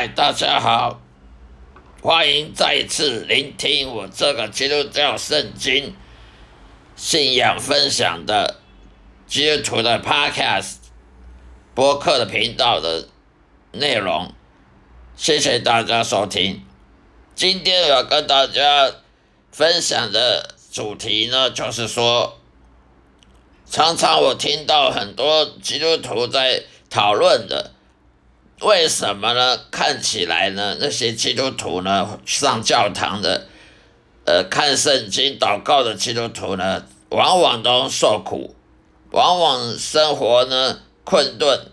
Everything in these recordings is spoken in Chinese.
嗨，大家好，欢迎再次聆听我这个基督教圣经信仰分享的基督徒的 Podcast 播客的频道的内容，谢谢大家收听。今天我要跟大家分享的主题呢，就是说，常常我听到很多基督徒在讨论的。为什么呢？看起来呢，那些基督徒呢，上教堂的，看圣经、祷告的基督徒呢，往往都受苦，往往生活呢困顿。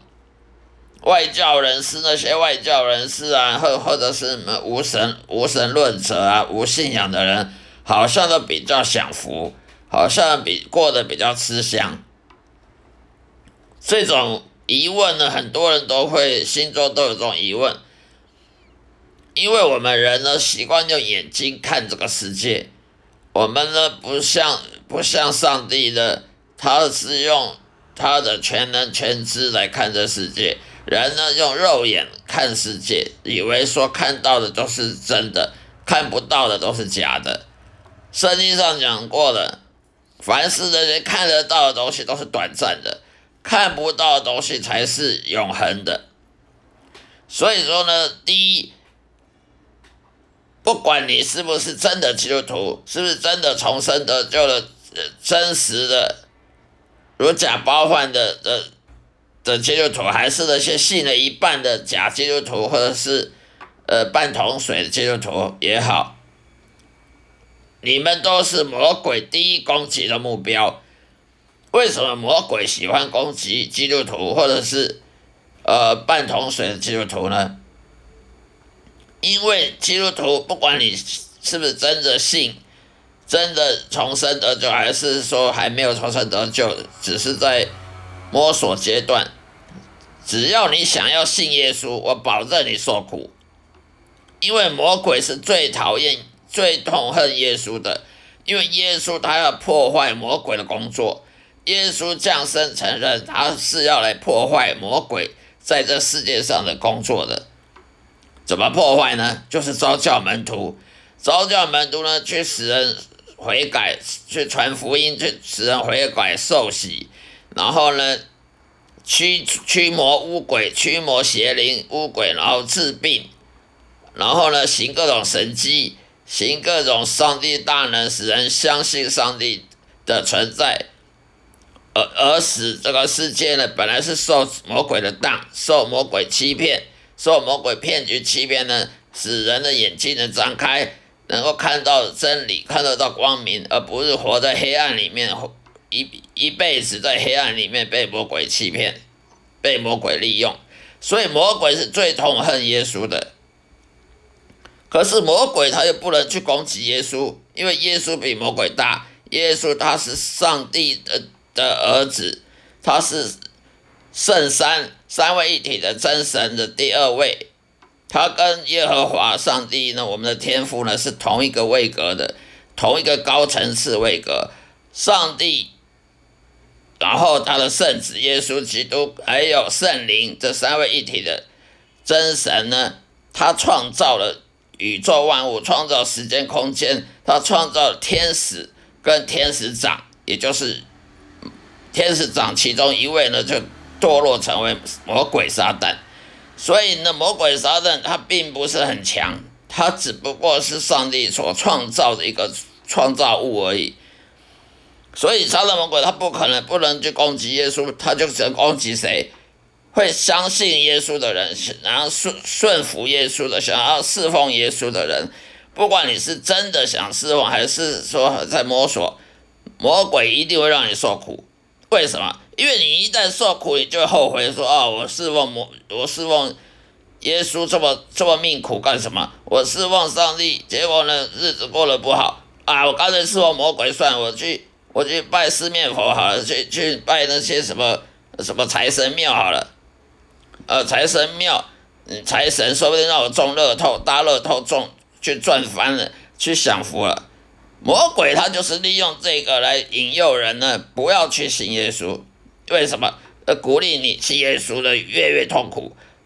那些外教人士啊，或者是无神论者啊，无信仰的人，好像都比较享福，好像过得比较吃香。这种疑问呢，很多人心中都有这种疑问，因为我们人呢习惯用眼睛看这个世界，我们呢不像上帝的，他是用他的全能全知来看这世界，人呢用肉眼看世界，以为说看到的都是真的，看不到的都是假的。圣经上讲过了，凡是那些看得到的东西都是短暂的，看不到的东西才是永恒的。所以说呢，第一，不管你是不是真的基督徒，是不是真的重生得救的真实的如假包换的基督徒，还是那些信了一半的假基督徒，或者是半桶水的基督徒也好，你们都是魔鬼第一攻击的目标。为什么魔鬼喜欢攻击基督徒，或者是半桶水的基督徒呢？因为基督徒不管你是不是真的信，真的重生得救，还是说还没有重生得救，只是在摸索阶段，只要你想要信耶稣，我保证你受苦。因为魔鬼是最讨厌、最痛恨耶稣的，因为耶稣他要破坏魔鬼的工作。耶稣降生成人，他是要来破坏魔鬼在这世界上的工作的。怎么破坏呢？就是召叫门徒呢，去使人悔改，去传福音，去使人悔改受洗，然后呢，驱魔污鬼，驱魔邪灵污鬼，然后治病，然后呢，行各种神迹，行各种上帝大能，使人相信上帝的存在。而使这个世界呢，本来是受魔鬼的当，受魔鬼欺骗，受魔鬼骗局欺骗呢，使人的眼睛能张开，能够看到真理，看得到光明，而不是活在黑暗里面，一辈子在黑暗里面被魔鬼欺骗，被魔鬼利用。所以魔鬼是最痛恨耶稣的。可是魔鬼他又不能去攻击耶稣，因为耶稣比魔鬼大，耶稣他是上帝的儿子，他是圣三位一体的真神的第二位，他跟耶和华上帝呢，我们的天父呢是同一个位格的，同一个高层次位格。上帝，然后他的圣子耶稣基督，还有圣灵，这三位一体的真神呢，他创造了宇宙万物，创造时间空间，他创造了天使跟天使长，也就是天使长其中一位呢，就堕落成为魔鬼撒旦。所以呢，魔鬼撒旦他并不是很强，他只不过是上帝所创造的一个创造物而已。所以撒旦魔鬼他不能去攻击耶稣，他就只能攻击谁？会相信耶稣的人，然后顺服耶稣的，想要侍奉耶稣的人。不管你是真的想侍奉，还是说在摸索，魔鬼一定会让你受苦。为什么？因为你一旦受苦，你就会后悔说：“我侍奉耶稣这么命苦干什么？我侍奉上帝，结果呢日子过得不好啊！我干脆侍奉魔鬼算了，我去拜四面佛好了，去拜那些什么财神庙好了。财神庙，财神说不定让我中大乐透去赚翻了，去享福了。”魔鬼他就是利用这个来引诱人呢，不要去信耶稣。为什么？鼓励你信耶稣的越痛苦，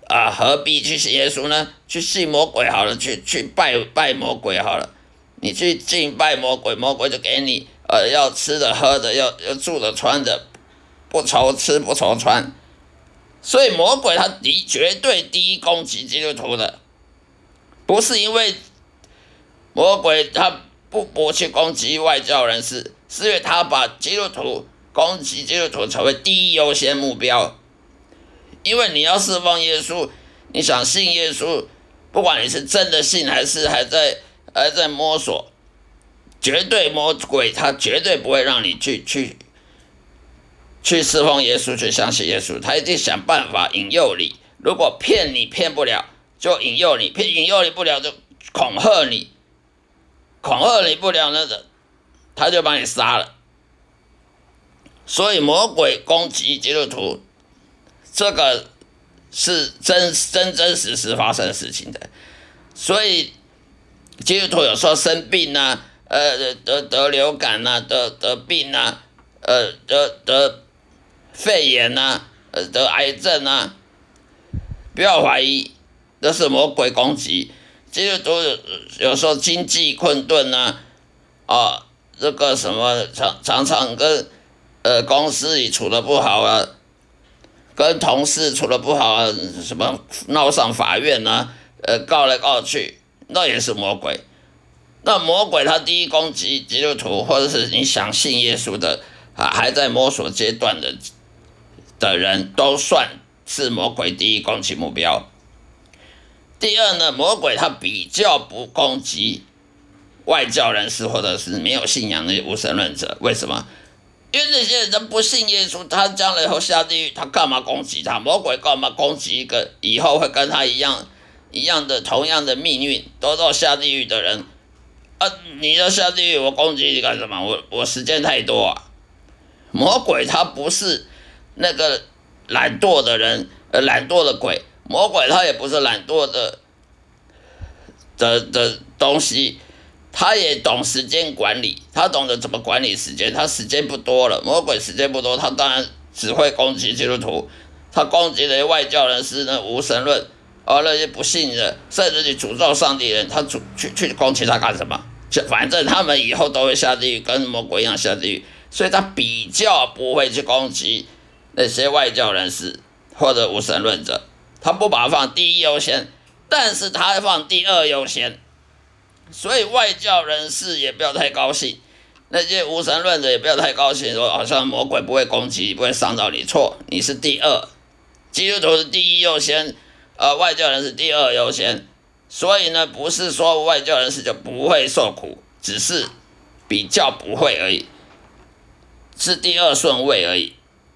何必去信耶稣呢？去信魔鬼好了，去拜魔鬼好了。你去敬拜魔鬼，魔鬼就给你要吃的喝的，要住的穿的，不愁吃不愁穿。所以魔鬼他绝对第一攻击基督徒的，不是因为魔鬼他不去攻击外教人士，是因为他把基督徒攻击基督徒成为第一优先目标。因为你要侍奉耶稣，你想信耶稣，不管你是真的信还是还在摸索，绝对魔鬼他绝对不会让你去侍奉耶稣，去相信耶稣，他一定想办法引诱你。如果骗你骗不了，就引诱你；引诱你不了，就恐吓你；恐吓你不了，他就把你杀了。所以魔鬼攻击基督徒，这个是真实发生的事情的。所以基督徒有时候生病啊，得流感啊，得病啊，得肺炎啊，得癌症啊，不要怀疑，这是魔鬼攻击。基督徒有时候经济困顿啊，这个什么常常跟公司里处得不好啊，跟同事处得不好啊，什么闹上法院啊，告来告去，那也是魔鬼。那魔鬼他第一攻击基督徒，或者是你想信耶稣的还在摸索阶段的人，都算是魔鬼第一攻击目标。第二呢，魔鬼他比较不攻击外教人士或者是没有信仰的无神论者。为什么？因为这些人不信耶稣，他将来以后下地狱，他干嘛攻击他？魔鬼干嘛攻击一个以后会跟他一样的同样的命运，都到下地狱的人？你要下地狱，我攻击你干什么？我时间太多啊！魔鬼他不是那个懒惰的人，懒惰的鬼。魔鬼他也不是懒惰的东西，他也懂时间管理，他懂得怎么管理时间。他时间不多了，魔鬼时间不多，他当然只会攻击基督徒，他攻击那些外教人士呢，无神论，那些不信的，甚至去诅咒上帝人，他去攻击他干什么？反正他们以后都会下地狱，跟魔鬼一样下地狱，所以他比较不会去攻击那些外教人士或者无神论者，他不把它放第一优先，但是他会放第二优先。所以外教人士也不要太高兴，那些无神论者也不要太高兴，说好像魔鬼不会攻击，不会伤到你。错，你是第二，基督徒是第一优先，外教人是第二优先。所以呢，不是说外教人士就不会受苦，只是比较不会而已，是第二顺位而已。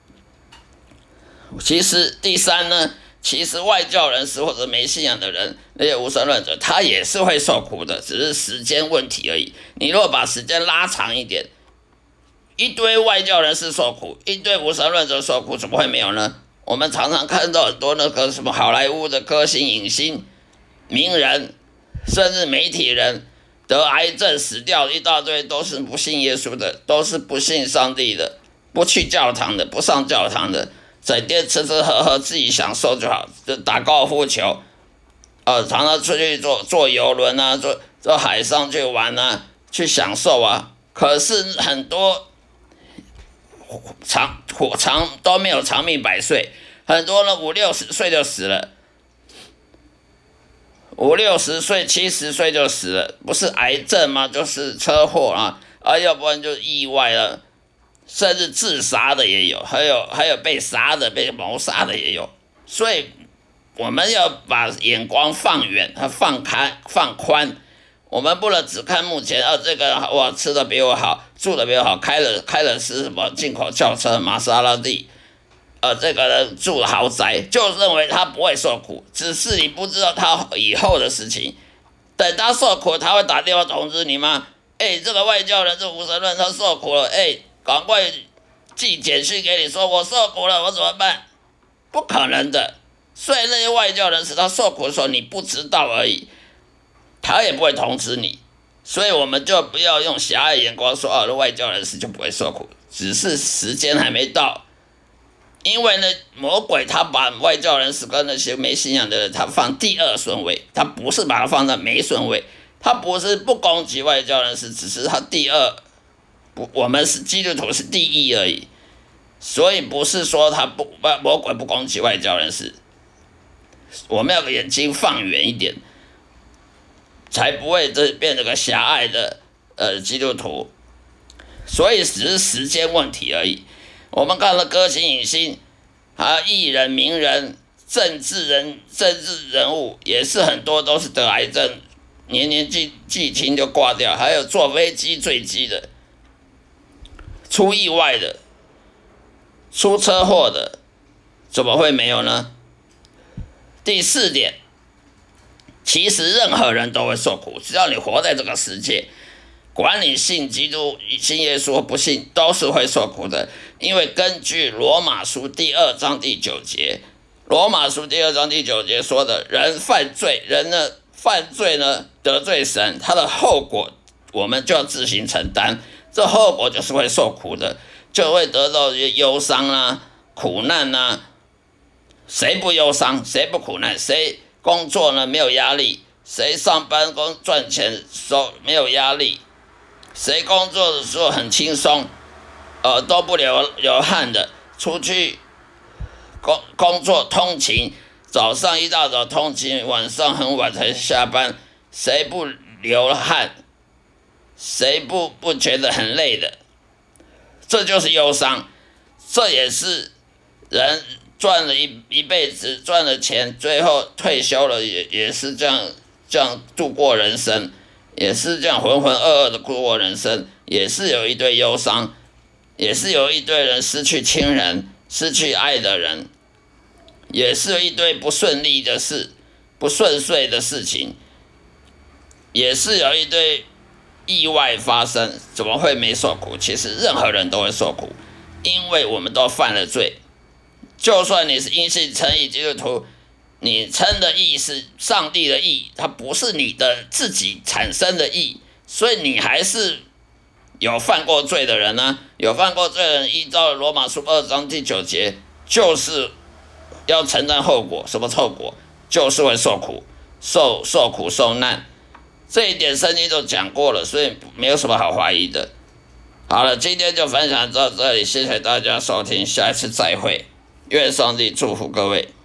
其实第三呢，其实外教人士或者没信仰的人，那些无神论者，他也是会受苦的，只是时间问题而已。你如果把时间拉长一点，一堆外教人士受苦，一堆无神论者受苦，怎么会没有呢？我们常常看到很多那个什么好莱坞的歌星、影星、名人，甚至媒体人得癌症死掉一大堆，都是不信耶稣的，都是不信上帝的，不去教堂的，不上教堂的，整天吃吃喝喝，自己享受就好，就打高尔夫球，常常出去坐游轮啊，坐海上去玩啊，去享受啊。可是很多长都没有长命百岁，很多人50-60岁就死了。50-60岁、70岁就死了，不是癌症吗？就是车祸啊，要不然就是意外了，甚至自杀的也有，还有被杀的、被谋杀的也有。所以我们要把眼光放远，放宽，我们不能只看目前，这个哇吃的比我好，住的比我好，开了是什么进口轿车玛莎拉蒂。这个人住豪宅，就认为他不会受苦，只是你不知道他以后的事情。等他受苦，他会打电话通知你吗？这个外教人，这无神论他受苦了，赶快寄简讯给你说我受苦了，我怎么办？不可能的。所以那些外教人士他受苦的时候你不知道而已，他也不会通知你。所以我们就不要用狭隘眼光说外教人士就不会受苦，只是时间还没到。 因为呢，魔鬼他把外教人士跟那些没信仰的人，他放第二顺位，他不是把他放在没顺位，他不是不攻击外教人士，只是他第二，我们是基督徒是第一而已，所以不是说魔鬼不攻击外教人士，我们要眼睛放远一点，才不会变成个狭隘的基督徒，所以只是时间问题而已。我们看了歌星、影星，还有艺人、名人、政治人物，也是很多都是得癌症，年纪轻就挂掉，还有坐飞机坠机的，出意外的，出车祸的，怎么会没有呢？第4点，其实任何人都会受苦，只要你活在这个世界，管你信基督、信耶稣不信，都是会受苦的。因为根据罗马书第2章第9节，罗马书第2章第9节说的，人犯罪呢得罪神，他的后果我们就要自行承担，这后果就是会受苦的，就会得到一些忧伤啊、苦难啊。谁不忧伤？谁不苦难？谁工作呢没有压力？谁上班赚钱没有压力？谁工作的时候很轻松，都不流汗的，出去工作通勤，早上一大早通勤，晚上很晚才下班，谁不流汗？谁不觉得很累的？这就是忧伤，这也是人赚了一辈子赚了钱，最后退休了也是这样度过人生，也是这样浑浑噩噩的度过人生，也是有一堆忧伤，也是有一堆人失去亲人，失去爱的人，也是有一堆不顺利的事，不顺遂的事情，也是有一堆意外发生，怎么会没受苦？其实任何人都会受苦，因为我们都犯了罪。就算你是因信称义基督徒，你称的义是上帝的义，它不是你的自己产生的义，所以你还是有犯过罪的人啊。有犯过罪的人，依照罗马书2章第9节，就是要承担后果。什么后果？就是会受苦、受苦受难。这一点圣经都讲过了，所以没有什么好怀疑的。好了，今天就分享到这里，谢谢大家收听，下一次再会。愿上帝祝福各位。